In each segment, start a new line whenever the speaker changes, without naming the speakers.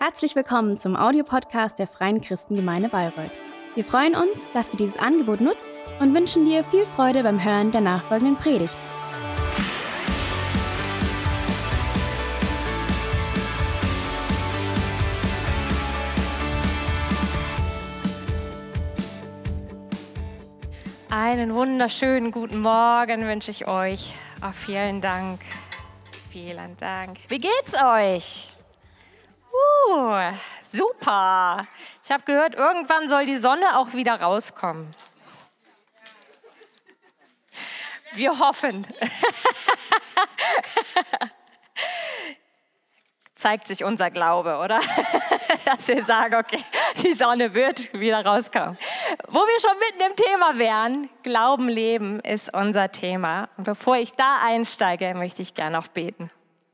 Herzlich willkommen zum Audiopodcast der Freien Christengemeinde Bayreuth. Wir freuen uns, dass du dieses Angebot nutzt und wünschen dir viel Freude beim Hören der nachfolgenden Predigt.
Einen wunderschönen guten Morgen wünsche ich euch. Oh, vielen Dank. Vielen Dank. Wie geht's euch? Super. Ich habe gehört, irgendwann soll die Sonne auch wieder rauskommen. Wir hoffen. Zeigt sich unser Glaube, oder? Dass wir sagen, okay, die Sonne wird wieder rauskommen. Wo wir schon mitten im Thema wären, Glauben leben ist unser Thema. Und bevor ich da einsteige, möchte ich gerne noch beten.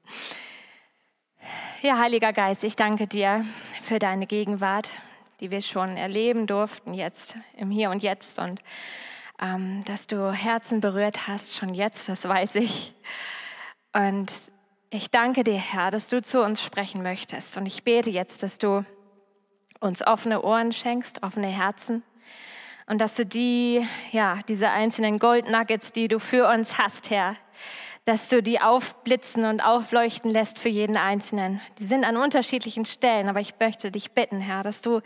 Ja, Heiliger Geist, ich danke dir für deine Gegenwart, die wir schon erleben durften jetzt, im Hier und Jetzt. Und dass du Herzen berührt hast, schon jetzt, das weiß ich. Und ich danke dir, Herr, dass du zu uns sprechen möchtest. Und ich bete jetzt, dass du uns offene Ohren schenkst, offene Herzen. Und dass du diese einzelnen Goldnuggets, die du für uns hast, Herr, dass du die aufblitzen und aufleuchten lässt für jeden Einzelnen. Die sind an unterschiedlichen Stellen, aber ich möchte dich bitten, Herr, dass du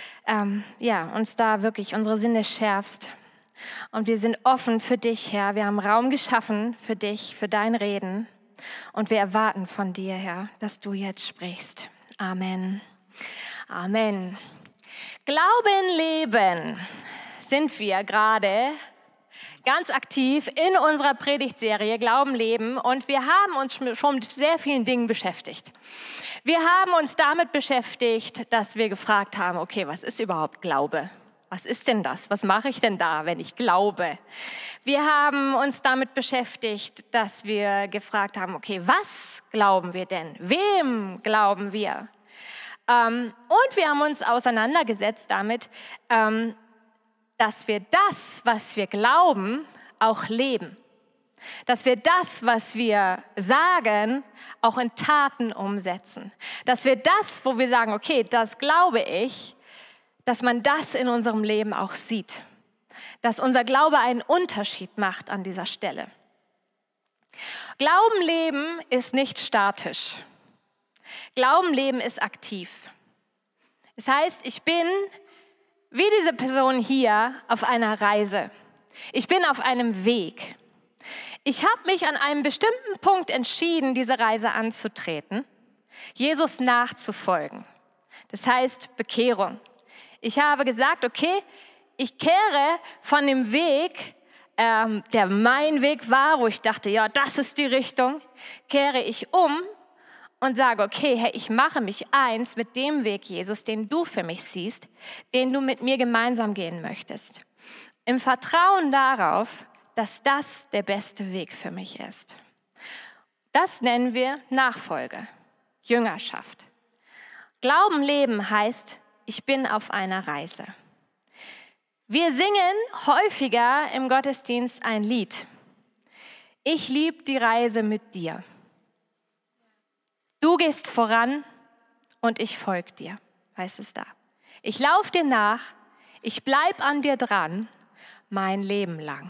uns da wirklich unsere Sinne schärfst. Und wir sind offen für dich, Herr. Wir haben Raum geschaffen für dich, für dein Reden. Und wir erwarten von dir, Herr, dass du jetzt sprichst. Amen. Amen. Glauben, leben sind wir gerade ganz aktiv in unserer Predigtserie Glauben, leben. Und wir haben uns schon mit sehr vielen Dingen beschäftigt. Wir haben uns damit beschäftigt, dass wir gefragt haben, okay, was ist überhaupt Glaube? Was ist denn das? Was mache ich denn da, wenn ich glaube? Wir haben uns damit beschäftigt, dass wir gefragt haben, okay, was glauben wir denn? Wem glauben wir? Und wir haben uns auseinandergesetzt damit, dass wir das, was wir glauben, auch leben. Dass wir das, was wir sagen, auch in Taten umsetzen. Dass wir das, wo wir sagen, okay, das glaube ich, dass man das in unserem Leben auch sieht. Dass unser Glaube einen Unterschied macht an dieser Stelle. Glauben leben ist nicht statisch. Glauben leben ist aktiv. Das heißt, ich bin wie diese Person hier auf einer Reise. Ich bin auf einem Weg. Ich habe mich an einem bestimmten Punkt entschieden, diese Reise anzutreten, Jesus nachzufolgen. Das heißt Bekehrung. Ich habe gesagt, okay, ich kehre von dem Weg, der mein Weg war, wo ich dachte, ja, das ist die Richtung, kehre ich um und sage, okay, Herr, ich mache mich eins mit dem Weg, Jesus, den du für mich siehst, den du mit mir gemeinsam gehen möchtest. Im Vertrauen darauf, dass das der beste Weg für mich ist. Das nennen wir Nachfolge, Jüngerschaft. Glauben leben heißt, ich bin auf einer Reise. Wir singen häufiger im Gottesdienst ein Lied. Ich liebe die Reise mit dir. Du gehst voran und ich folge dir, heißt es da. Ich laufe dir nach, ich bleib an dir dran, mein Leben lang.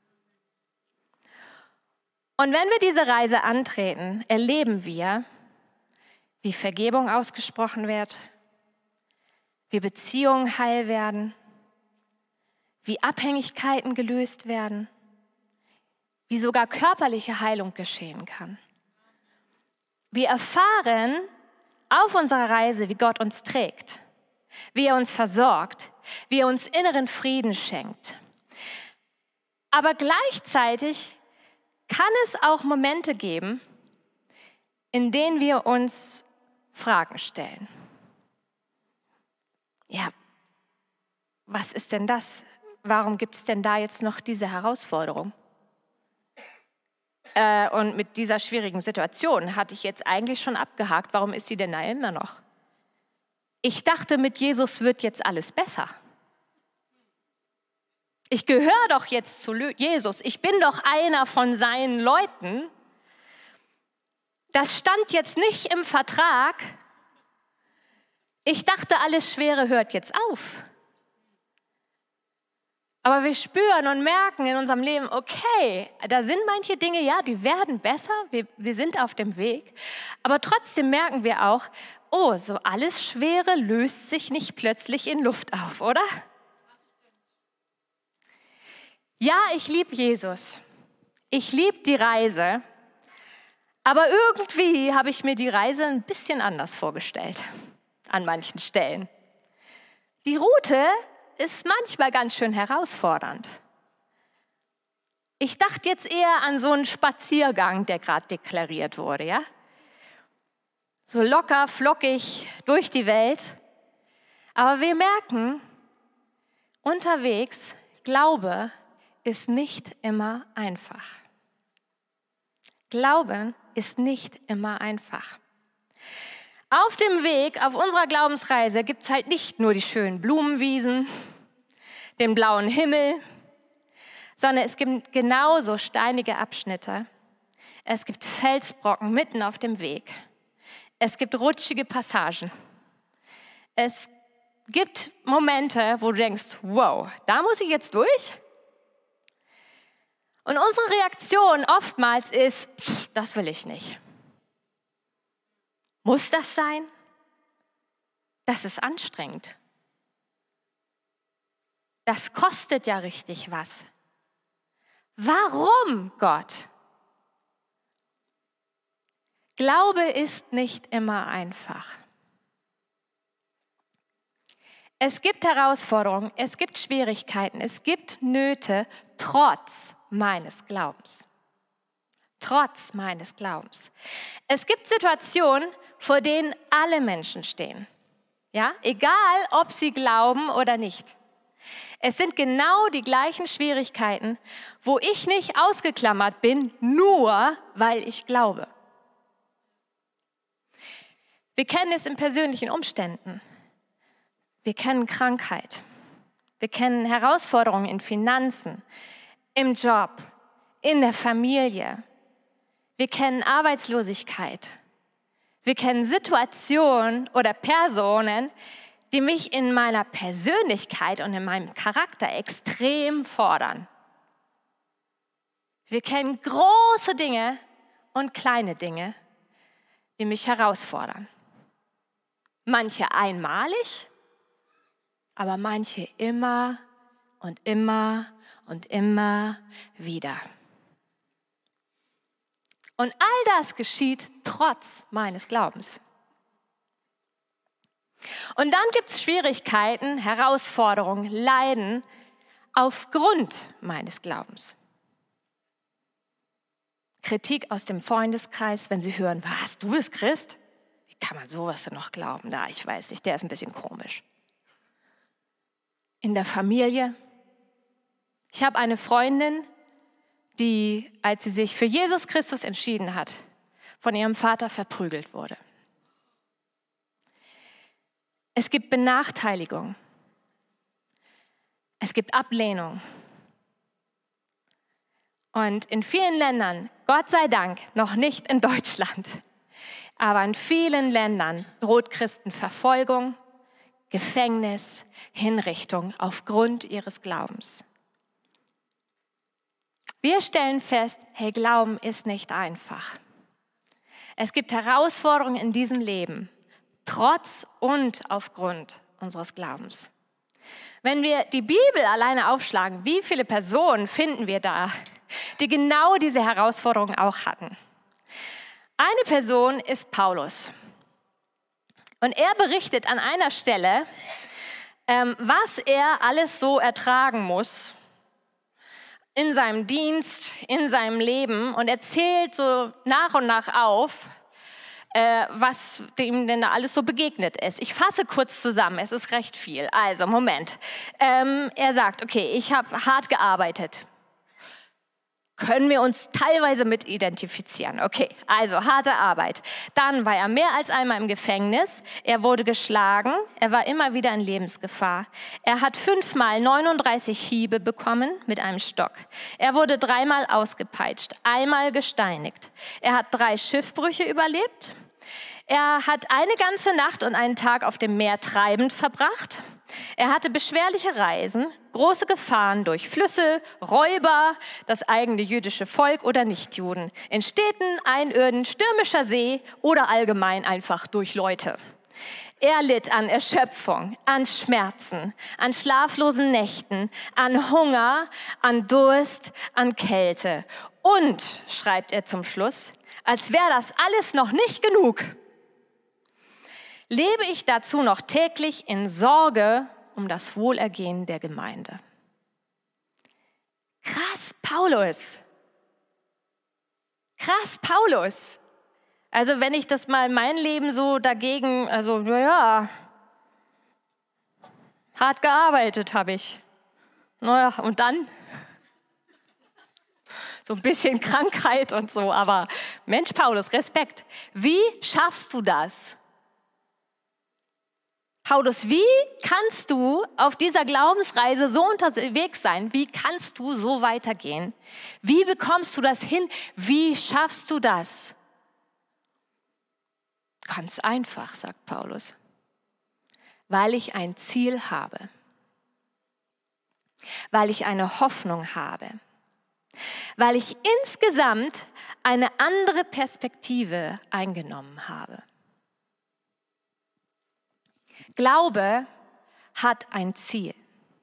Und wenn wir diese Reise antreten, erleben wir, wie Vergebung ausgesprochen wird, wie Beziehungen heil werden, wie Abhängigkeiten gelöst werden, wie sogar körperliche Heilung geschehen kann. Wir erfahren auf unserer Reise, wie Gott uns trägt, wie er uns versorgt, wie er uns inneren Frieden schenkt. Aber gleichzeitig kann es auch Momente geben, in denen wir uns Fragen stellen. Ja, was ist denn das? Warum gibt es denn da jetzt noch diese Herausforderung? Und mit dieser schwierigen Situation hatte ich jetzt eigentlich schon abgehakt. Warum ist sie denn da immer noch? Ich dachte, mit Jesus wird jetzt alles besser. Ich gehöre doch jetzt zu Jesus. Ich bin doch einer von seinen Leuten. Das stand jetzt nicht im Vertrag, Ich dachte, alles Schwere hört jetzt auf. Aber wir spüren und merken in unserem Leben, okay, da sind manche Dinge, ja, die werden besser, wir sind auf dem Weg. Aber trotzdem merken wir auch, oh, so alles Schwere löst sich nicht plötzlich in Luft auf, oder? Ja, ich liebe Jesus. Ich liebe die Reise. Aber irgendwie habe ich mir die Reise ein bisschen anders vorgestellt, an manchen Stellen. Die Route ist manchmal ganz schön herausfordernd. Ich dachte jetzt eher an so einen Spaziergang, der gerade deklariert wurde, ja? So locker, flockig durch die Welt. Aber wir merken, unterwegs, Glaube ist nicht immer einfach. Glauben ist nicht immer einfach. Auf dem Weg, auf unserer Glaubensreise gibt es halt nicht nur die schönen Blumenwiesen, den blauen Himmel, sondern es gibt genauso steinige Abschnitte. Es gibt Felsbrocken mitten auf dem Weg. Es gibt rutschige Passagen. Es gibt Momente, wo du denkst, wow, da muss ich jetzt durch? Und unsere Reaktion oftmals ist, das will ich nicht. Muss das sein? Das ist anstrengend. Das kostet ja richtig was. Warum, Gott? Glaube ist nicht immer einfach. Es gibt Herausforderungen, es gibt Schwierigkeiten, es gibt Nöte, trotz meines Glaubens. Trotz meines Glaubens. Es gibt Situationen, vor denen alle Menschen stehen. Ja? Egal, ob sie glauben oder nicht. Es sind genau die gleichen Schwierigkeiten, wo ich nicht ausgeklammert bin, nur weil ich glaube. Wir kennen es in persönlichen Umständen. Wir kennen Krankheit. Wir kennen Herausforderungen in Finanzen, im Job, in der Familie. Wir kennen Arbeitslosigkeit. Wir kennen Situationen oder Personen, die mich in meiner Persönlichkeit und in meinem Charakter extrem fordern. Wir kennen große Dinge und kleine Dinge, die mich herausfordern. Manche einmalig, aber manche immer und immer und immer wieder. Und all das geschieht trotz meines Glaubens. Und dann gibt es Schwierigkeiten, Herausforderungen, Leiden aufgrund meines Glaubens. Kritik aus dem Freundeskreis, wenn sie hören, was, du bist Christ? Wie kann man sowas denn noch glauben? Na, ich weiß nicht, der ist ein bisschen komisch. In der Familie. Ich habe eine Freundin, die, als sie sich für Jesus Christus entschieden hat, von ihrem Vater verprügelt wurde. Es gibt Benachteiligung. Es gibt Ablehnung. Und in vielen Ländern, Gott sei Dank, noch nicht in Deutschland, aber in vielen Ländern droht Christen Verfolgung, Gefängnis, Hinrichtung aufgrund ihres Glaubens. Wir stellen fest, hey, Glauben ist nicht einfach. Es gibt Herausforderungen in diesem Leben, trotz und aufgrund unseres Glaubens. Wenn wir die Bibel alleine aufschlagen, wie viele Personen finden wir da, die genau diese Herausforderungen auch hatten? Eine Person ist Paulus. Und er berichtet an einer Stelle, was er alles so ertragen muss in seinem Dienst, in seinem Leben, und er zählt so nach und nach auf, was ihm denn da alles so begegnet ist. Ich fasse kurz zusammen, es ist recht viel. Also, Moment. Er sagt, okay, ich habe hart gearbeitet. Können wir uns teilweise mit identifizieren. Okay, also harte Arbeit. Dann war er mehr als einmal im Gefängnis. Er wurde geschlagen. Er war immer wieder in Lebensgefahr. Er hat 5-mal 39 Hiebe bekommen mit einem Stock. Er wurde 3-mal ausgepeitscht, einmal gesteinigt. Er hat 3 Schiffbrüche überlebt. Er hat eine ganze Nacht und einen Tag auf dem Meer treibend verbracht. Er hatte beschwerliche Reisen, große Gefahren durch Flüsse, Räuber, das eigene jüdische Volk oder Nichtjuden, in Städten, Einöden, stürmischer See oder allgemein einfach durch Leute. Er litt an Erschöpfung, an Schmerzen, an schlaflosen Nächten, an Hunger, an Durst, an Kälte. Und, schreibt er zum Schluss, als wäre das alles noch nicht genug, lebe ich dazu noch täglich in Sorge um das Wohlergehen der Gemeinde. Krass, Paulus. Krass, Paulus. Also wenn ich das mal mein Leben so dagegen, also naja, hart gearbeitet habe ich. Naja, und dann? So ein bisschen Krankheit und so, aber Mensch, Paulus, Respekt. Wie schaffst du das? Paulus, wie kannst du auf dieser Glaubensreise so unterwegs sein? Wie kannst du so weitergehen? Wie bekommst du das hin? Wie schaffst du das? Ganz einfach, sagt Paulus, weil ich ein Ziel habe, weil ich eine Hoffnung habe, weil ich insgesamt eine andere Perspektive eingenommen habe. Glaube hat ein Ziel.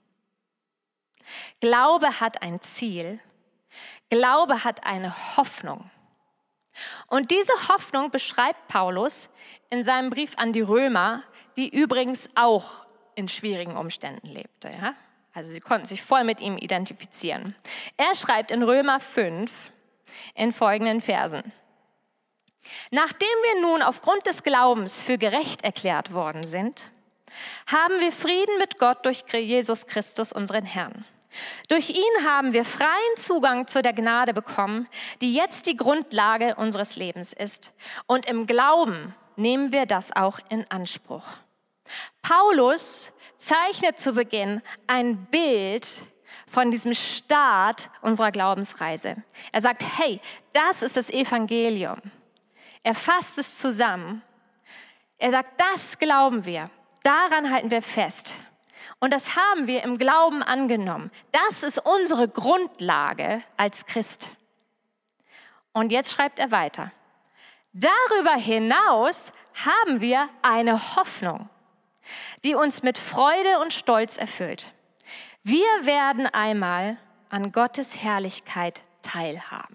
Glaube hat ein Ziel. Glaube hat eine Hoffnung. Und diese Hoffnung beschreibt Paulus in seinem Brief an die Römer, die übrigens auch in schwierigen Umständen lebte. Ja? Also sie konnten sich voll mit ihm identifizieren. Er schreibt in Römer 5 in folgenden Versen: Nachdem wir nun aufgrund des Glaubens für gerecht erklärt worden sind, haben wir Frieden mit Gott durch Jesus Christus, unseren Herrn. Durch ihn haben wir freien Zugang zu der Gnade bekommen, die jetzt die Grundlage unseres Lebens ist. Und im Glauben nehmen wir das auch in Anspruch. Paulus zeichnet zu Beginn ein Bild von diesem Start unserer Glaubensreise. Er sagt, hey, das ist das Evangelium. Er fasst es zusammen. Er sagt, das glauben wir. Daran halten wir fest. Und das haben wir im Glauben angenommen. Das ist unsere Grundlage als Christ. Und jetzt schreibt er weiter. Darüber hinaus haben wir eine Hoffnung, die uns mit Freude und Stolz erfüllt. Wir werden einmal an Gottes Herrlichkeit teilhaben.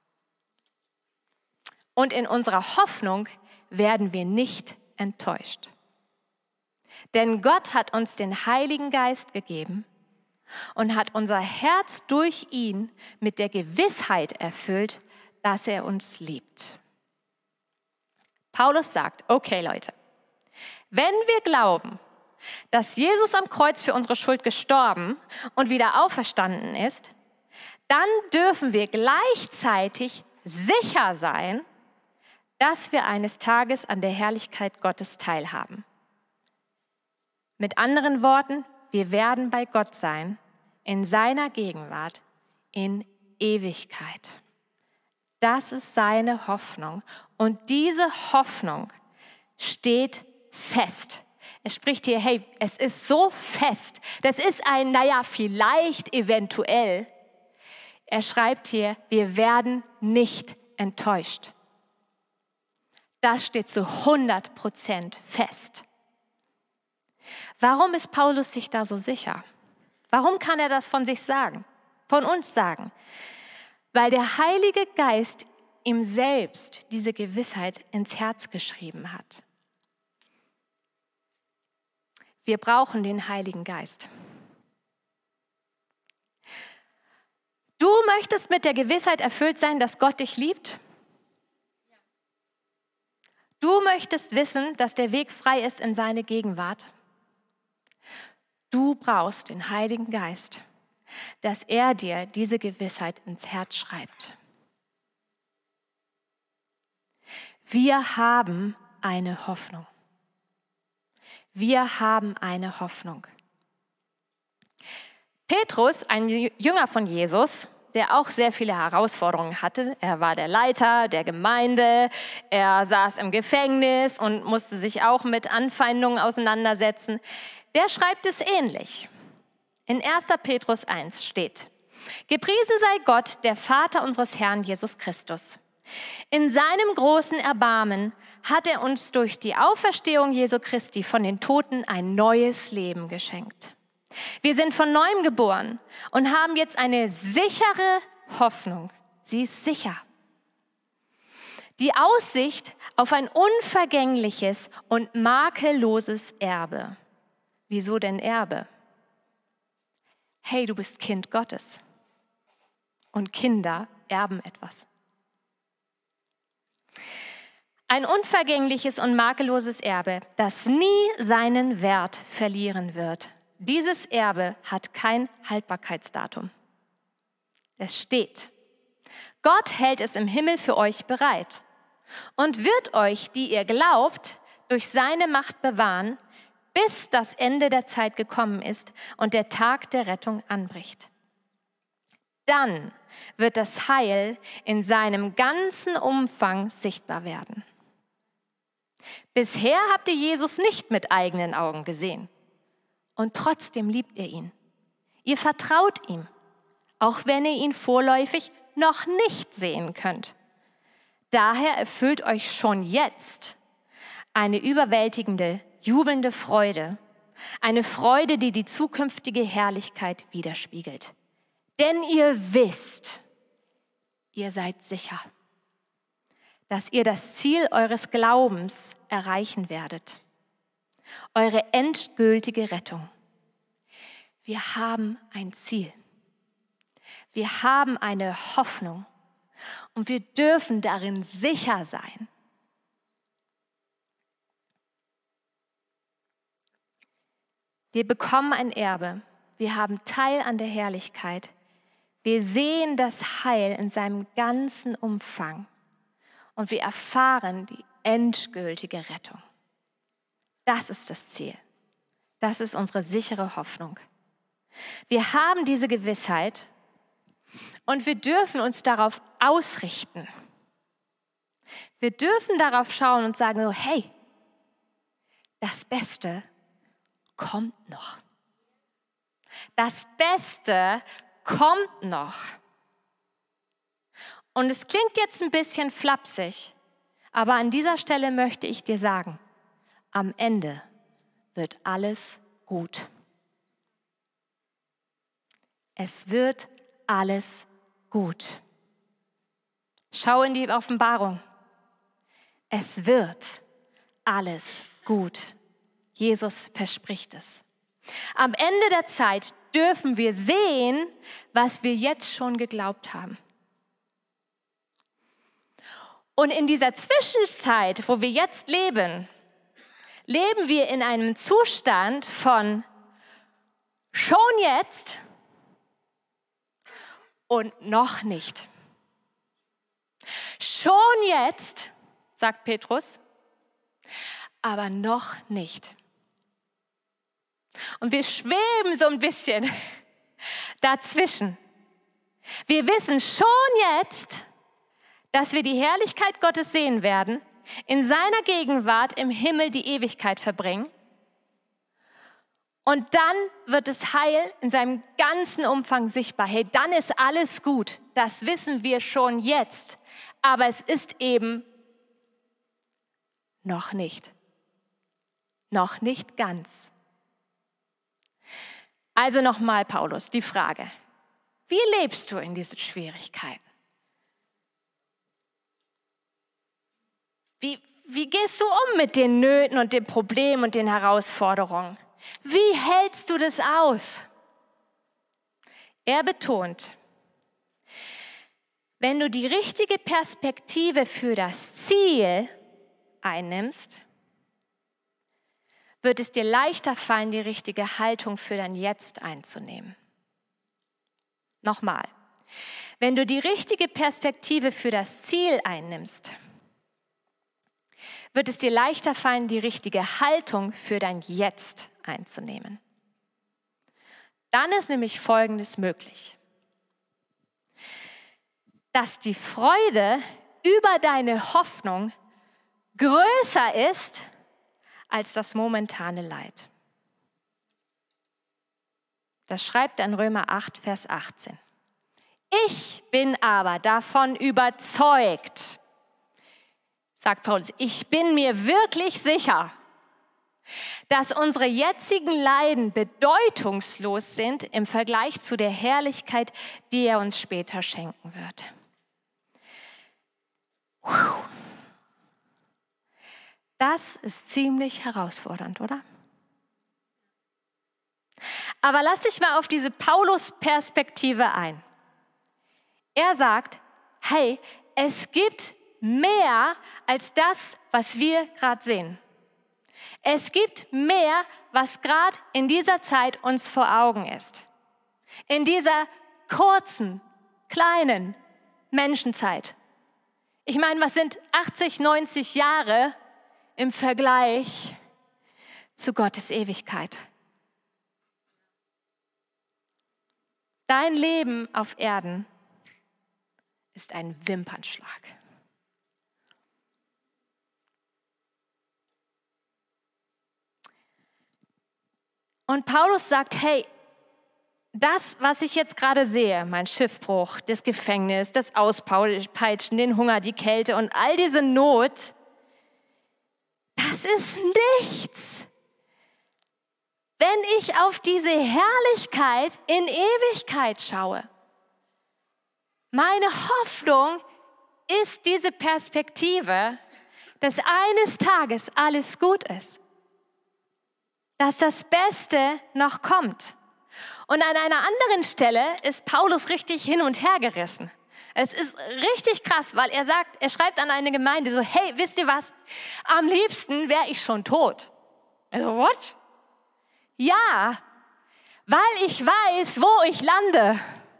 Und in unserer Hoffnung werden wir nicht enttäuscht. Denn Gott hat uns den Heiligen Geist gegeben und hat unser Herz durch ihn mit der Gewissheit erfüllt, dass er uns liebt. Paulus sagt, okay Leute, wenn wir glauben, dass Jesus am Kreuz für unsere Schuld gestorben und wieder auferstanden ist, dann dürfen wir gleichzeitig sicher sein, dass wir eines Tages an der Herrlichkeit Gottes teilhaben. Mit anderen Worten, wir werden bei Gott sein, in seiner Gegenwart, in Ewigkeit. Das ist seine Hoffnung. Und diese Hoffnung steht fest. Er spricht hier, hey, es ist so fest. Das ist ein, naja, vielleicht, eventuell. Er schreibt hier, wir werden nicht enttäuscht. Das steht zu 100% fest. Warum ist Paulus sich da so sicher? Warum kann er das von sich sagen, von uns sagen? Weil der Heilige Geist ihm selbst diese Gewissheit ins Herz geschrieben hat. Wir brauchen den Heiligen Geist. Du möchtest mit der Gewissheit erfüllt sein, dass Gott dich liebt? Du möchtest wissen, dass der Weg frei ist in seine Gegenwart? Du brauchst den Heiligen Geist, dass er dir diese Gewissheit ins Herz schreibt. Wir haben eine Hoffnung. Wir haben eine Hoffnung. Petrus, ein Jünger von Jesus, der auch sehr viele Herausforderungen hatte. Er war der Leiter der Gemeinde, er saß im Gefängnis und musste sich auch mit Anfeindungen auseinandersetzen. Der schreibt es ähnlich. In 1. Petrus 1 steht: Gepriesen sei Gott, der Vater unseres Herrn Jesus Christus. In seinem großen Erbarmen hat er uns durch die Auferstehung Jesu Christi von den Toten ein neues Leben geschenkt. Wir sind von neuem geboren und haben jetzt eine sichere Hoffnung. Sie ist sicher. Die Aussicht auf ein unvergängliches und makelloses Erbe. Wieso denn Erbe? Hey, du bist Kind Gottes. Und Kinder erben etwas. Ein unvergängliches und makelloses Erbe, das nie seinen Wert verlieren wird. Dieses Erbe hat kein Haltbarkeitsdatum. Es steht: Gott hält es im Himmel für euch bereit und wird euch, die ihr glaubt, durch seine Macht bewahren, bis das Ende der Zeit gekommen ist und der Tag der Rettung anbricht. Dann wird das Heil in seinem ganzen Umfang sichtbar werden. Bisher habt ihr Jesus nicht mit eigenen Augen gesehen. Und trotzdem liebt ihr ihn. Ihr vertraut ihm, auch wenn ihr ihn vorläufig noch nicht sehen könnt. Daher erfüllt euch schon jetzt eine überwältigende, jubelnde Freude. Eine Freude, die die zukünftige Herrlichkeit widerspiegelt. Denn ihr wisst, ihr seid sicher, dass ihr das Ziel eures Glaubens erreichen werdet. Eure endgültige Rettung. Wir haben ein Ziel. Wir haben eine Hoffnung und wir dürfen darin sicher sein. Wir bekommen ein Erbe. Wir haben Teil an der Herrlichkeit. Wir sehen das Heil in seinem ganzen Umfang und wir erfahren die endgültige Rettung. Das ist das Ziel. Das ist unsere sichere Hoffnung. Wir haben diese Gewissheit und wir dürfen uns darauf ausrichten. Wir dürfen darauf schauen und sagen so, hey, das Beste kommt noch. Das Beste kommt noch. Und es klingt jetzt ein bisschen flapsig, aber an dieser Stelle möchte ich dir sagen, am Ende wird alles gut. Es wird alles gut. Schau in die Offenbarung. Es wird alles gut. Jesus verspricht es. Am Ende der Zeit dürfen wir sehen, was wir jetzt schon geglaubt haben. Und in dieser Zwischenzeit, wo wir jetzt leben, leben wir in einem Zustand von schon jetzt und noch nicht. Schon jetzt, sagt Petrus, aber noch nicht. Und wir schweben so ein bisschen dazwischen. Wir wissen schon jetzt, dass wir die Herrlichkeit Gottes sehen werden, in seiner Gegenwart im Himmel die Ewigkeit verbringen. Und dann wird das Heil in seinem ganzen Umfang sichtbar. Hey, dann ist alles gut. Das wissen wir schon jetzt. Aber es ist eben noch nicht. Noch nicht ganz. Also nochmal, Paulus, die Frage. Wie lebst du in diesen Schwierigkeiten? Wie gehst du um mit den Nöten und den Problemen und den Herausforderungen? Wie hältst du das aus? Er betont, wenn du die richtige Perspektive für das Ziel einnimmst, wird es dir leichter fallen, die richtige Haltung für dein Jetzt einzunehmen. Nochmal, wenn du die richtige Perspektive für das Ziel einnimmst, wird es dir leichter fallen, die richtige Haltung für dein Jetzt einzunehmen. Dann ist nämlich Folgendes möglich. dass die Freude über deine Hoffnung größer ist als das momentane Leid. Das schreibt er in Römer 8, Vers 18. Ich bin aber davon überzeugt, sagt Paulus, ich bin mir wirklich sicher, dass unsere jetzigen Leiden bedeutungslos sind im Vergleich zu der Herrlichkeit, die er uns später schenken wird. Das ist ziemlich herausfordernd, oder? Aber lass dich mal auf diese Paulus-Perspektive ein. Er sagt, hey, es gibt mehr als das, was wir gerade sehen. Es gibt mehr, was gerade in dieser Zeit uns vor Augen ist. In dieser kurzen, kleinen Menschenzeit. Ich meine, was sind 80, 90 Jahre im Vergleich zu Gottes Ewigkeit? Dein Leben auf Erden ist ein Wimpernschlag. Und Paulus sagt, hey, das, was ich jetzt gerade sehe, mein Schiffbruch, das Gefängnis, das Auspeitschen, den Hunger, die Kälte und all diese Not, das ist nichts, wenn ich auf diese Herrlichkeit in Ewigkeit schaue. Meine Hoffnung ist diese Perspektive, dass eines Tages alles gut ist. Dass das Beste noch kommt. Und an einer anderen Stelle ist Paulus richtig hin und her gerissen. Es ist richtig krass, weil er schreibt an eine Gemeinde so, hey, wisst ihr was? Am liebsten wäre ich schon tot. Also, what? Ja, weil ich weiß, wo ich lande.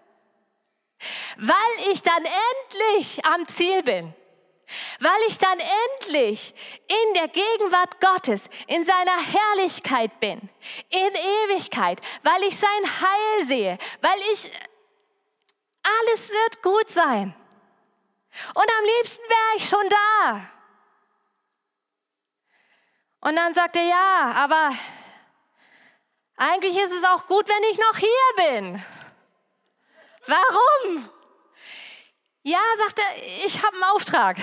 Weil ich dann endlich am Ziel bin. Weil ich dann endlich in der Gegenwart Gottes, in seiner Herrlichkeit bin, in Ewigkeit, weil ich sein Heil sehe, alles wird gut sein. Und am liebsten wäre ich schon da. Und dann sagt er, ja, aber eigentlich ist es auch gut, wenn ich noch hier bin. Warum? Ja, sagt er, ich habe einen Auftrag.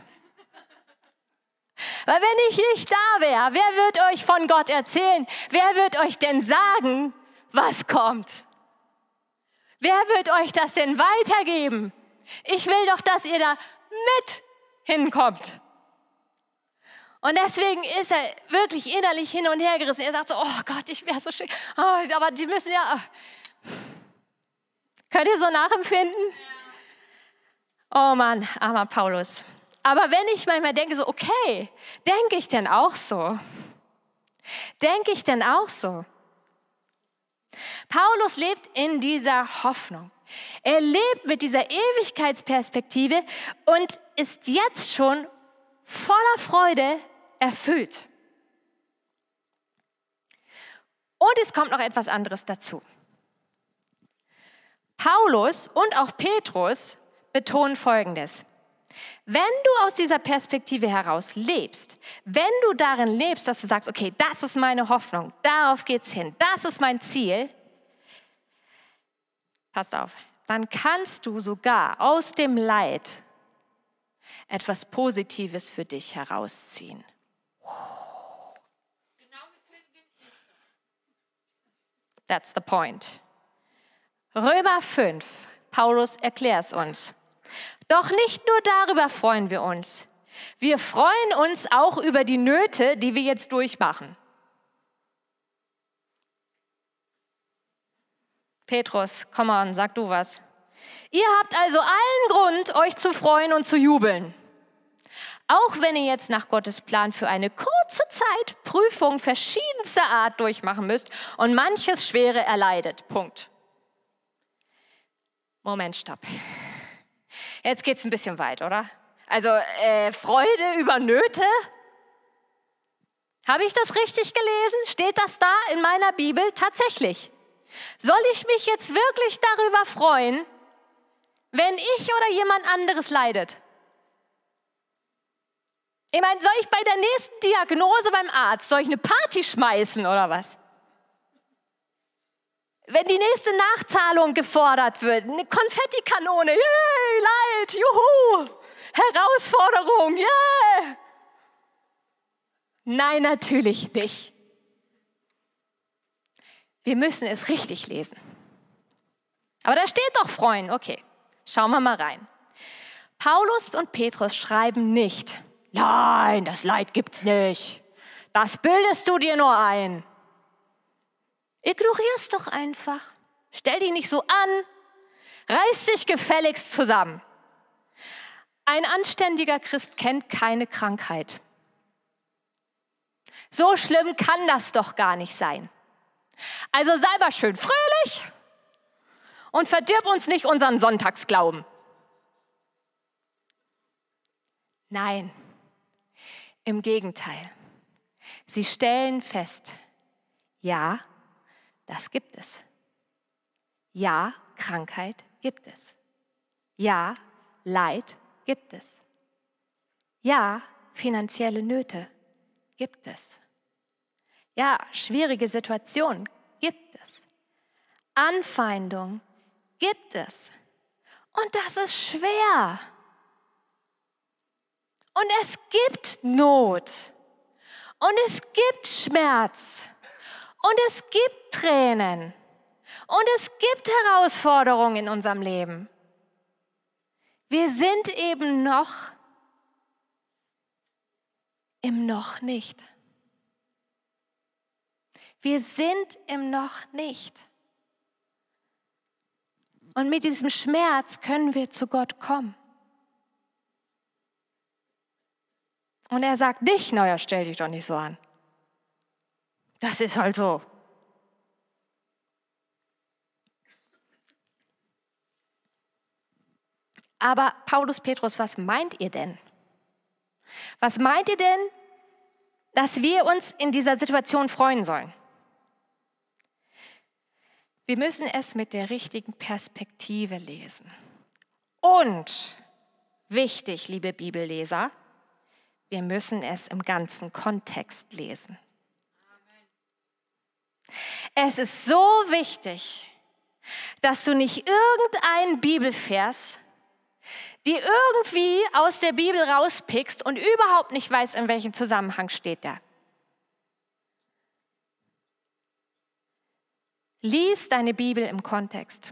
Weil wenn ich nicht da wäre, wer wird euch von Gott erzählen? Wer wird euch denn sagen, was kommt? Wer wird euch das denn weitergeben? Ich will doch, dass ihr da mit hinkommt. Und deswegen ist er wirklich innerlich hin und her gerissen. Er sagt so, oh Gott, ich wäre so schön. Oh, aber die müssen ja... Könnt ihr so nachempfinden? Oh Mann, armer Paulus. Aber wenn ich manchmal denke so, okay, denke ich denn auch so? Denke ich denn auch so? Paulus lebt in dieser Hoffnung. Er lebt mit dieser Ewigkeitsperspektive und ist jetzt schon voller Freude erfüllt. Und es kommt noch etwas anderes dazu. Paulus und auch Petrus betonen Folgendes. Wenn du aus dieser Perspektive heraus lebst, wenn du darin lebst, dass du sagst, okay, das ist meine Hoffnung, darauf geht's hin, das ist mein Ziel, passt auf, dann kannst du sogar aus dem Leid etwas Positives für dich herausziehen. That's the point. Römer 5, Paulus erklärt es uns. Doch nicht nur darüber freuen wir uns. Wir freuen uns auch über die Nöte, die wir jetzt durchmachen. Petrus, komm on, sag du was. Ihr habt also allen Grund, euch zu freuen und zu jubeln. Auch wenn ihr jetzt nach Gottes Plan für eine kurze Zeit Prüfungen verschiedenster Art durchmachen müsst und manches Schwere erleidet. Punkt. Moment, stopp. Jetzt geht's ein bisschen weit, oder? Also Freude über Nöte? Habe ich das richtig gelesen? Steht das da in meiner Bibel? Tatsächlich. Soll ich mich jetzt wirklich darüber freuen, wenn ich oder jemand anderes leidet? Ich meine, soll ich bei der nächsten Diagnose beim Arzt, soll ich eine Party schmeißen oder was? Wenn die nächste Nachzahlung gefordert wird, eine Konfettikanone, yay, Leid, juhu, Herausforderung, yeah. Nein, natürlich nicht. Wir müssen es richtig lesen. Aber da steht doch Freuen. Okay, schauen wir mal rein. Paulus und Petrus schreiben nicht, nein, das Leid gibt's nicht. Das bildest du dir nur ein. Ignorier es doch einfach. Stell dich nicht so an. Reiß dich gefälligst zusammen. Ein anständiger Christ kennt keine Krankheit. So schlimm kann das doch gar nicht sein. Also sei mal schön fröhlich und verdirb uns nicht unseren Sonntagsglauben. Nein, im Gegenteil. Sie stellen fest, ja, das gibt es. Ja, Krankheit gibt es. Ja, Leid gibt es. Ja, finanzielle Nöte gibt es. Ja, schwierige Situationen gibt es. Anfeindung gibt es. Und das ist schwer. Und es gibt Not. Und es gibt Schmerz. Und es gibt Tränen. Und es gibt Herausforderungen in unserem Leben. Wir sind eben noch im Noch nicht. Wir sind im Noch nicht. Und mit diesem Schmerz können wir zu Gott kommen. Und er sagt nicht, naja, stell dich doch nicht so an. Das ist halt so. Aber Paulus, Petrus, was meint ihr denn? Was meint ihr denn, dass wir uns in dieser Situation freuen sollen? Wir müssen es mit der richtigen Perspektive lesen. Und, wichtig, liebe Bibelleser, wir müssen es im ganzen Kontext lesen. Es ist so wichtig, dass du nicht irgendeinen Bibelvers, die irgendwie aus der Bibel rauspickst und überhaupt nicht weißt, in welchem Zusammenhang steht der. Lies deine Bibel im Kontext.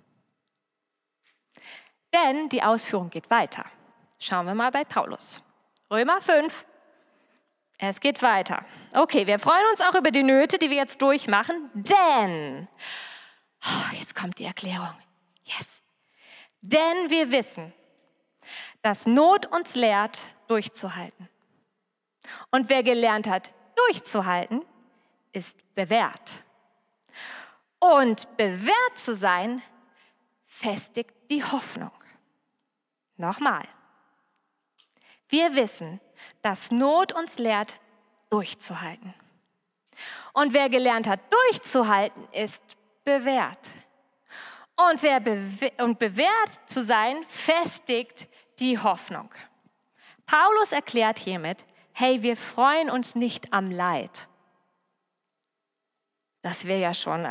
Denn die Ausführung geht weiter. Schauen wir mal bei Paulus. Römer 5. Es geht weiter. Okay, wir freuen uns auch über die Nöte, die wir jetzt durchmachen, denn, jetzt kommt die Erklärung. Yes. Denn wir wissen, dass Not uns lehrt, durchzuhalten. Und wer gelernt hat, durchzuhalten, ist bewährt. Und bewährt zu sein, festigt die Hoffnung. Nochmal. Wir wissen, dass Not uns lehrt, durchzuhalten. Und wer gelernt hat, durchzuhalten, ist bewährt. Und bewährt zu sein, festigt die Hoffnung. Paulus erklärt hiermit, hey, wir freuen uns nicht am Leid. Das wäre ja schon,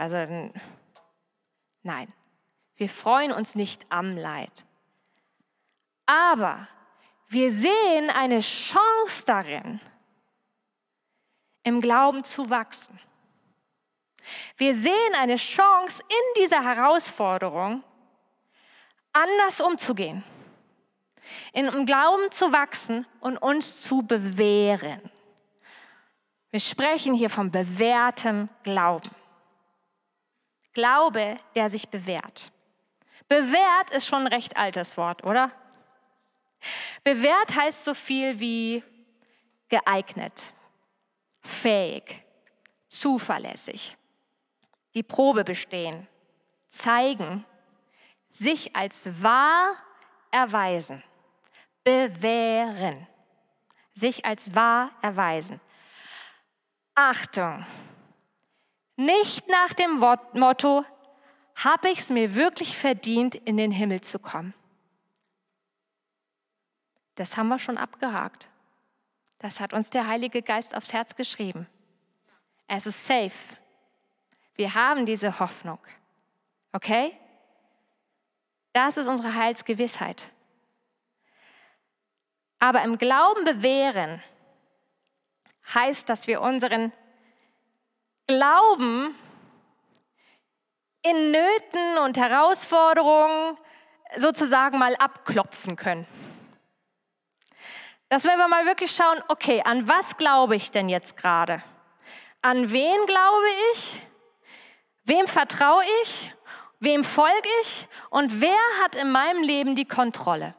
nein, wir freuen uns nicht am Leid. Aber wir sehen eine Chance darin, im Glauben zu wachsen. Wir sehen eine Chance in dieser Herausforderung, anders umzugehen, im Glauben zu wachsen und uns zu bewähren. Wir sprechen hier von bewährtem Glauben. Glaube, der sich bewährt. Bewährt ist schon ein recht altes Wort, oder? Bewährt heißt so viel wie geeignet, fähig, zuverlässig, die Probe bestehen, zeigen, sich als wahr erweisen, bewähren, sich als wahr erweisen. Achtung, nicht nach dem Motto, habe ich es mir wirklich verdient, in den Himmel zu kommen? Das haben wir schon abgehakt. Das hat uns der Heilige Geist aufs Herz geschrieben. Es ist safe. Wir haben diese Hoffnung. Okay? Das ist unsere Heilsgewissheit. Aber im Glauben bewähren heißt, dass wir unseren Glauben in Nöten und Herausforderungen sozusagen mal abklopfen können. Dass wir mal wirklich schauen, okay, an was glaube ich denn jetzt gerade? An wen glaube ich? Wem vertraue ich? Wem folge ich? Und wer hat in meinem Leben die Kontrolle?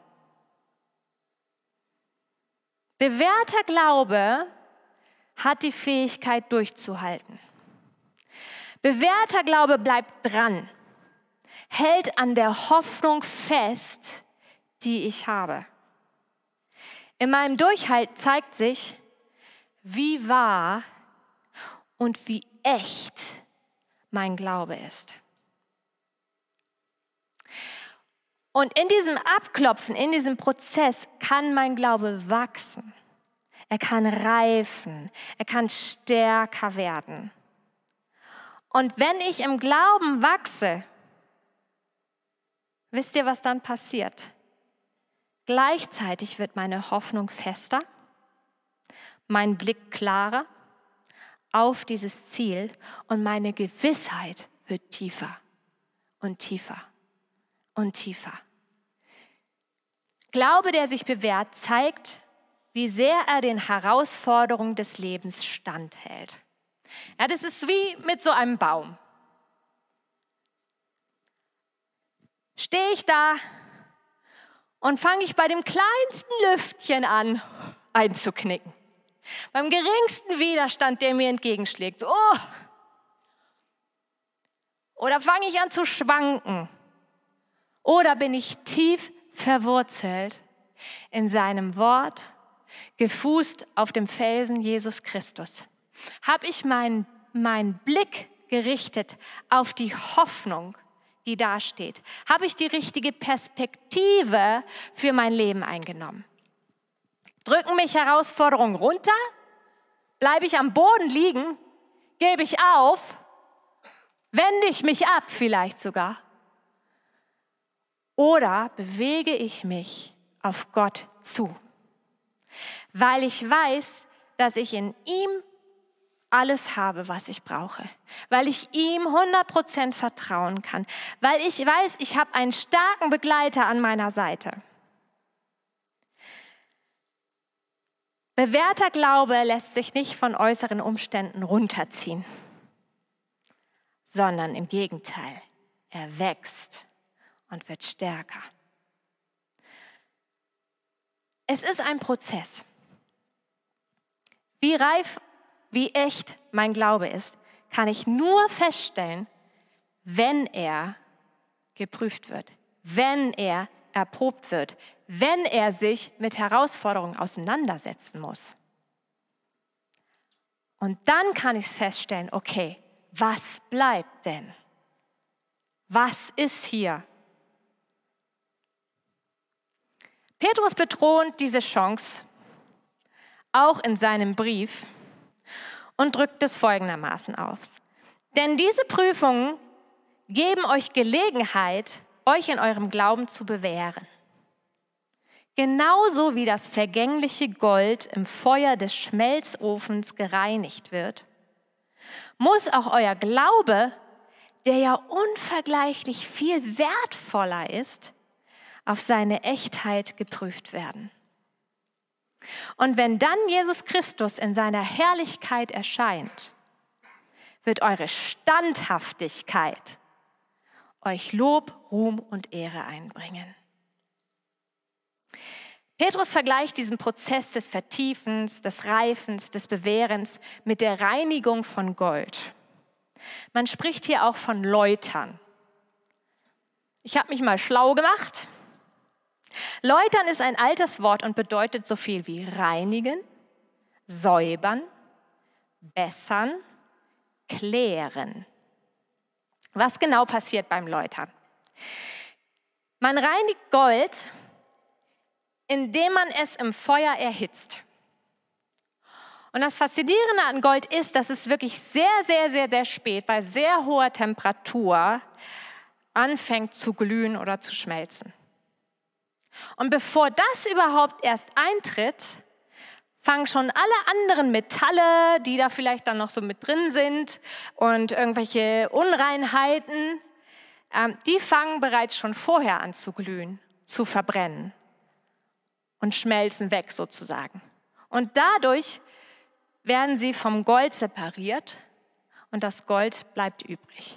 Bewährter Glaube hat die Fähigkeit durchzuhalten. Bewährter Glaube bleibt dran, hält an der Hoffnung fest, die ich habe. In meinem Durchhalten zeigt sich, wie wahr und wie echt mein Glaube ist. Und in diesem Abklopfen, in diesem Prozess kann mein Glaube wachsen. Er kann reifen, er kann stärker werden. Und wenn ich im Glauben wachse, wisst ihr, was dann passiert? Gleichzeitig wird meine Hoffnung fester, mein Blick klarer auf dieses Ziel und meine Gewissheit wird tiefer und tiefer und tiefer. Glaube, der sich bewährt, zeigt, wie sehr er den Herausforderungen des Lebens standhält. Ja, das ist wie mit so einem Baum. Stehe ich da und fange ich bei dem kleinsten Lüftchen an, einzuknicken. Beim geringsten Widerstand, der mir entgegenschlägt. So, oh. Oder fange ich an zu schwanken? Oder bin ich tief verwurzelt in seinem Wort, gefußt auf dem Felsen Jesus Christus? Habe ich meinen Blick gerichtet auf die Hoffnung, die da steht? Habe ich die richtige Perspektive für mein Leben eingenommen? Drücken mich Herausforderungen runter? Bleibe ich am Boden liegen? Gebe ich auf? Wende ich mich ab vielleicht sogar? Oder bewege ich mich auf Gott zu? Weil ich weiß, dass ich in ihm alles habe, was ich brauche. Weil ich ihm 100% vertrauen kann. Weil ich weiß, ich habe einen starken Begleiter an meiner Seite. Bewährter Glaube lässt sich nicht von äußeren Umständen runterziehen, sondern im Gegenteil, er wächst und wird stärker. Es ist ein Prozess. Wie reif, wie echt mein Glaube ist, kann ich nur feststellen, wenn er geprüft wird, wenn er erprobt wird, wenn er sich mit Herausforderungen auseinandersetzen muss. Und dann kann ich feststellen, okay, was bleibt denn? Was ist hier? Petrus betont diese Chance auch in seinem Brief und drückt es folgendermaßen aus. Denn diese Prüfungen geben euch Gelegenheit, euch in eurem Glauben zu bewähren. Genauso wie das vergängliche Gold im Feuer des Schmelzofens gereinigt wird, muss auch euer Glaube, der ja unvergleichlich viel wertvoller ist, auf seine Echtheit geprüft werden. Und wenn dann Jesus Christus in seiner Herrlichkeit erscheint, wird eure Standhaftigkeit euch Lob, Ruhm und Ehre einbringen. Petrus vergleicht diesen Prozess des Vertiefens, des Reifens, des Bewährens mit der Reinigung von Gold. Man spricht hier auch von Läutern. Ich habe mich mal schlau gemacht. Läutern ist ein altes Wort und bedeutet so viel wie reinigen, säubern, bessern, klären. Was genau passiert beim Läutern? Man reinigt Gold, indem man es im Feuer erhitzt. Und das Faszinierende an Gold ist, dass es wirklich sehr, sehr, sehr, sehr spät bei sehr hoher Temperatur anfängt zu glühen oder zu schmelzen. Und bevor das überhaupt erst eintritt, fangen schon alle anderen Metalle, die da vielleicht dann noch so mit drin sind und irgendwelche Unreinheiten, die fangen bereits schon vorher an zu glühen, zu verbrennen und schmelzen weg sozusagen. Und dadurch werden sie vom Gold separiert und das Gold bleibt übrig.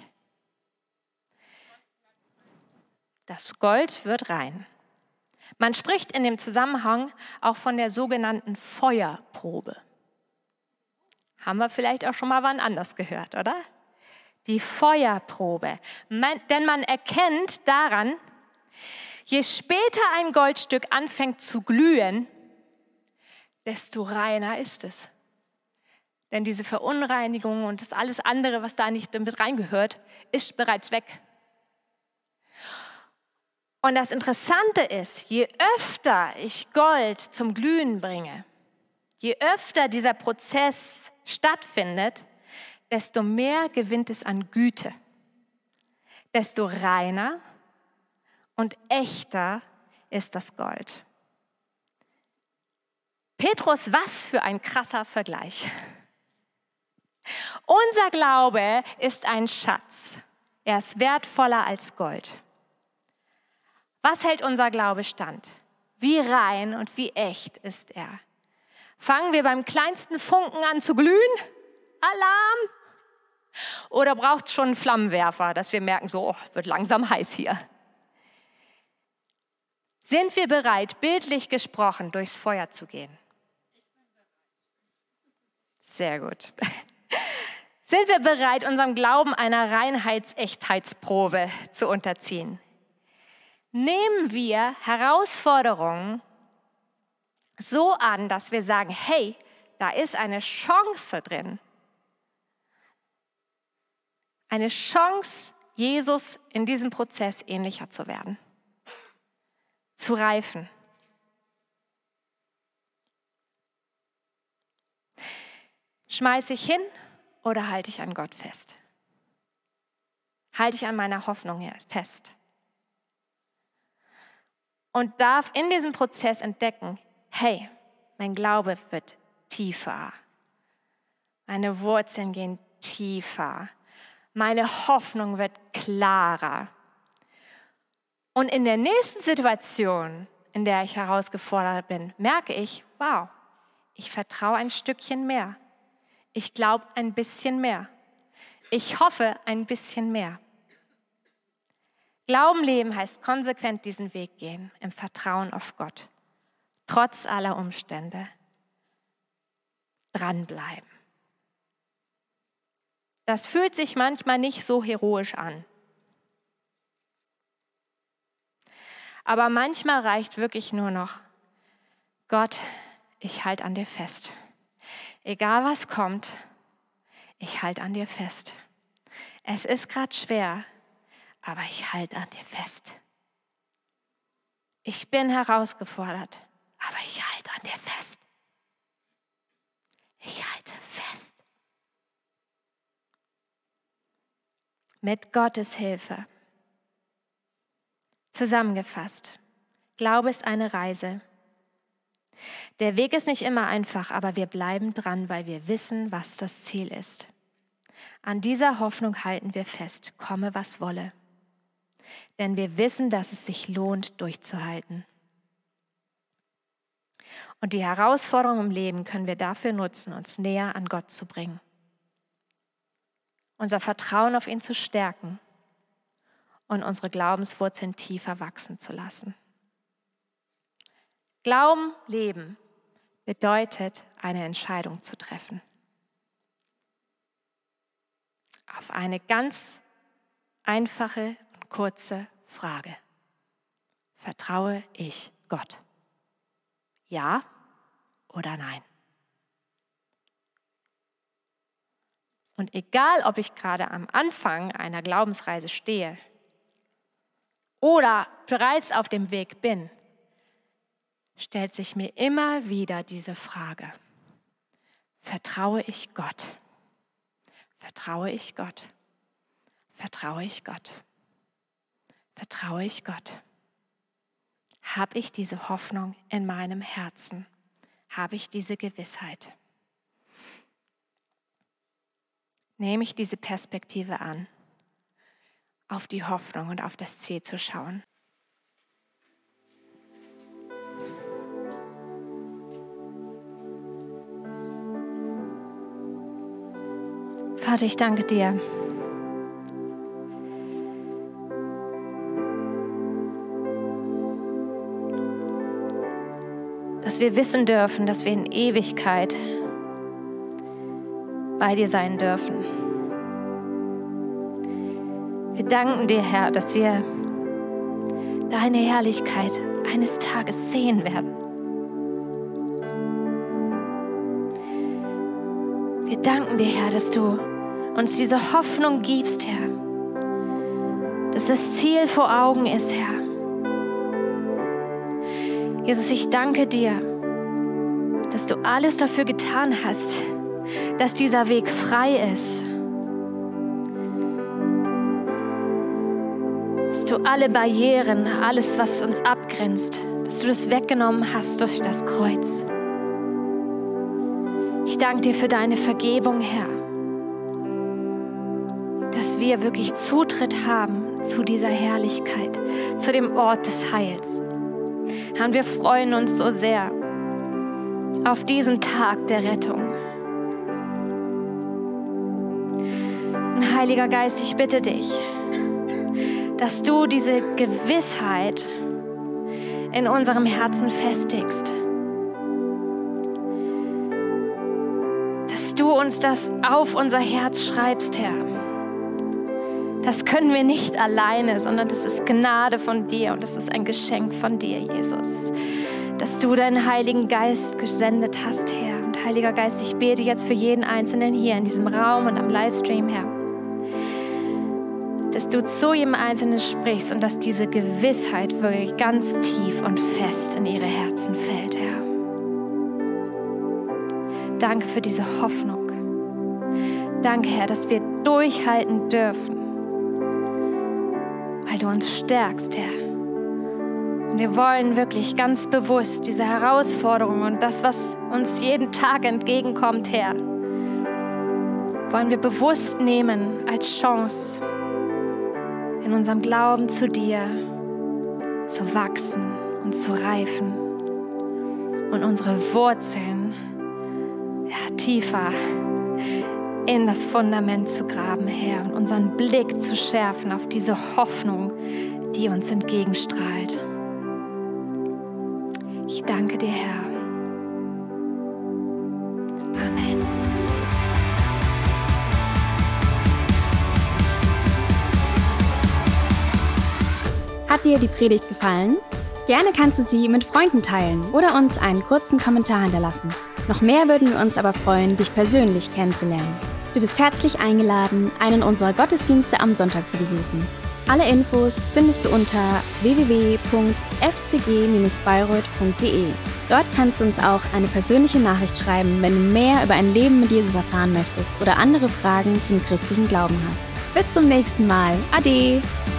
Das Gold wird rein. Man spricht in dem Zusammenhang auch von der sogenannten Feuerprobe. Haben wir vielleicht auch schon mal wann anders gehört, oder? Die Feuerprobe. Denn man erkennt daran, je später ein Goldstück anfängt zu glühen, desto reiner ist es. Denn diese Verunreinigung und das alles andere, was da nicht mit reingehört, ist bereits weg. Und das Interessante ist, je öfter ich Gold zum Glühen bringe, je öfter dieser Prozess stattfindet, desto mehr gewinnt es an Güte, desto reiner und echter ist das Gold. Petrus, was für ein krasser Vergleich. Unser Glaube ist ein Schatz. Er ist wertvoller als Gold. Was hält unser Glaube stand? Wie rein und wie echt ist er? Fangen wir beim kleinsten Funken an zu glühen? Alarm! Oder braucht es schon einen Flammenwerfer, dass wir merken, so wird langsam heiß hier? Sind wir bereit, bildlich gesprochen, durchs Feuer zu gehen? Sehr gut. Sind wir bereit, unserem Glauben einer Reinheits-Echtheitsprobe zu unterziehen? Nehmen wir Herausforderungen so an, dass wir sagen, hey, da ist eine Chance drin. Eine Chance, Jesus in diesem Prozess ähnlicher zu werden, zu reifen. Schmeiße ich hin oder halte ich an Gott fest? Halte ich an meiner Hoffnung fest? Und darf in diesem Prozess entdecken, hey, mein Glaube wird tiefer. Meine Wurzeln gehen tiefer. Meine Hoffnung wird klarer. Und in der nächsten Situation, in der ich herausgefordert bin, merke ich, wow, ich vertraue ein Stückchen mehr. Ich glaube ein bisschen mehr. Ich hoffe ein bisschen mehr. Glauben leben heißt konsequent diesen Weg gehen, im Vertrauen auf Gott. Trotz aller Umstände. Dranbleiben. Das fühlt sich manchmal nicht so heroisch an. Aber manchmal reicht wirklich nur noch, Gott, ich halte an dir fest. Egal was kommt, ich halte an dir fest. Es ist gerade schwer, aber ich halte an dir fest. Ich bin herausgefordert, aber ich halte an dir fest. Ich halte fest. Mit Gottes Hilfe. Zusammengefasst, Glaube ist eine Reise. Der Weg ist nicht immer einfach, aber wir bleiben dran, weil wir wissen, was das Ziel ist. An dieser Hoffnung halten wir fest, komme was wolle. Denn wir wissen, dass es sich lohnt, durchzuhalten. Und die Herausforderungen im Leben können wir dafür nutzen, uns näher an Gott zu bringen. Unser Vertrauen auf ihn zu stärken und unsere Glaubenswurzeln tiefer wachsen zu lassen. Glauben, leben bedeutet, eine Entscheidung zu treffen. Auf eine ganz einfache und kurze Frage. Vertraue ich Gott? Ja oder nein? Und egal, ob ich gerade am Anfang einer Glaubensreise stehe oder bereits auf dem Weg bin, stellt sich mir immer wieder diese Frage: Vertraue ich Gott? Vertraue ich Gott? Vertraue ich Gott? Vertraue ich Gott? Habe ich diese Hoffnung in meinem Herzen? Habe ich diese Gewissheit? Nehme ich diese Perspektive an, auf die Hoffnung und auf das Ziel zu schauen? Vater, ich danke dir, dass wir wissen dürfen, dass wir in Ewigkeit bei dir sein dürfen. Wir danken dir, Herr, dass wir deine Herrlichkeit eines Tages sehen werden. Wir danken dir, Herr, dass du uns diese Hoffnung gibst, Herr, dass das Ziel vor Augen ist, Herr. Jesus, ich danke dir, dass du alles dafür getan hast, dass dieser Weg frei ist. Dass du alle Barrieren, alles, was uns abgrenzt, dass du das weggenommen hast durch das Kreuz. Ich danke dir für deine Vergebung, Herr. Dass wir wirklich Zutritt haben zu dieser Herrlichkeit, zu dem Ort des Heils. Herr, und wir freuen uns so sehr auf diesen Tag der Rettung. Und Heiliger Geist, ich bitte dich, dass du diese Gewissheit in unserem Herzen festigst. Dass du uns das auf unser Herz schreibst, Herr. Das können wir nicht alleine, sondern das ist Gnade von dir und das ist ein Geschenk von dir, Jesus. Dass du deinen Heiligen Geist gesendet hast, Herr. Und Heiliger Geist, ich bete jetzt für jeden Einzelnen hier in diesem Raum und am Livestream, Herr. Dass du zu jedem Einzelnen sprichst und dass diese Gewissheit wirklich ganz tief und fest in ihre Herzen fällt, Herr. Danke für diese Hoffnung. Danke, Herr, dass wir durchhalten dürfen, weil du uns stärkst, Herr. Und wir wollen wirklich ganz bewusst diese Herausforderungen und das, was uns jeden Tag entgegenkommt, Herr, wollen wir bewusst nehmen als Chance, in unserem Glauben zu dir zu wachsen und zu reifen und unsere Wurzeln tiefer in das Fundament zu graben, Herr, und unseren Blick zu schärfen auf diese Hoffnung, die uns entgegenstrahlt. Ich danke dir, Herr. Amen.
Hat dir die Predigt gefallen? Gerne kannst du sie mit Freunden teilen oder uns einen kurzen Kommentar hinterlassen. Noch mehr würden wir uns aber freuen, dich persönlich kennenzulernen. Du bist herzlich eingeladen, einen unserer Gottesdienste am Sonntag zu besuchen. Alle Infos findest du unter www.fcg-bayreuth.de. Dort kannst du uns auch eine persönliche Nachricht schreiben, wenn du mehr über ein Leben mit Jesus erfahren möchtest oder andere Fragen zum christlichen Glauben hast. Bis zum nächsten Mal. Ade!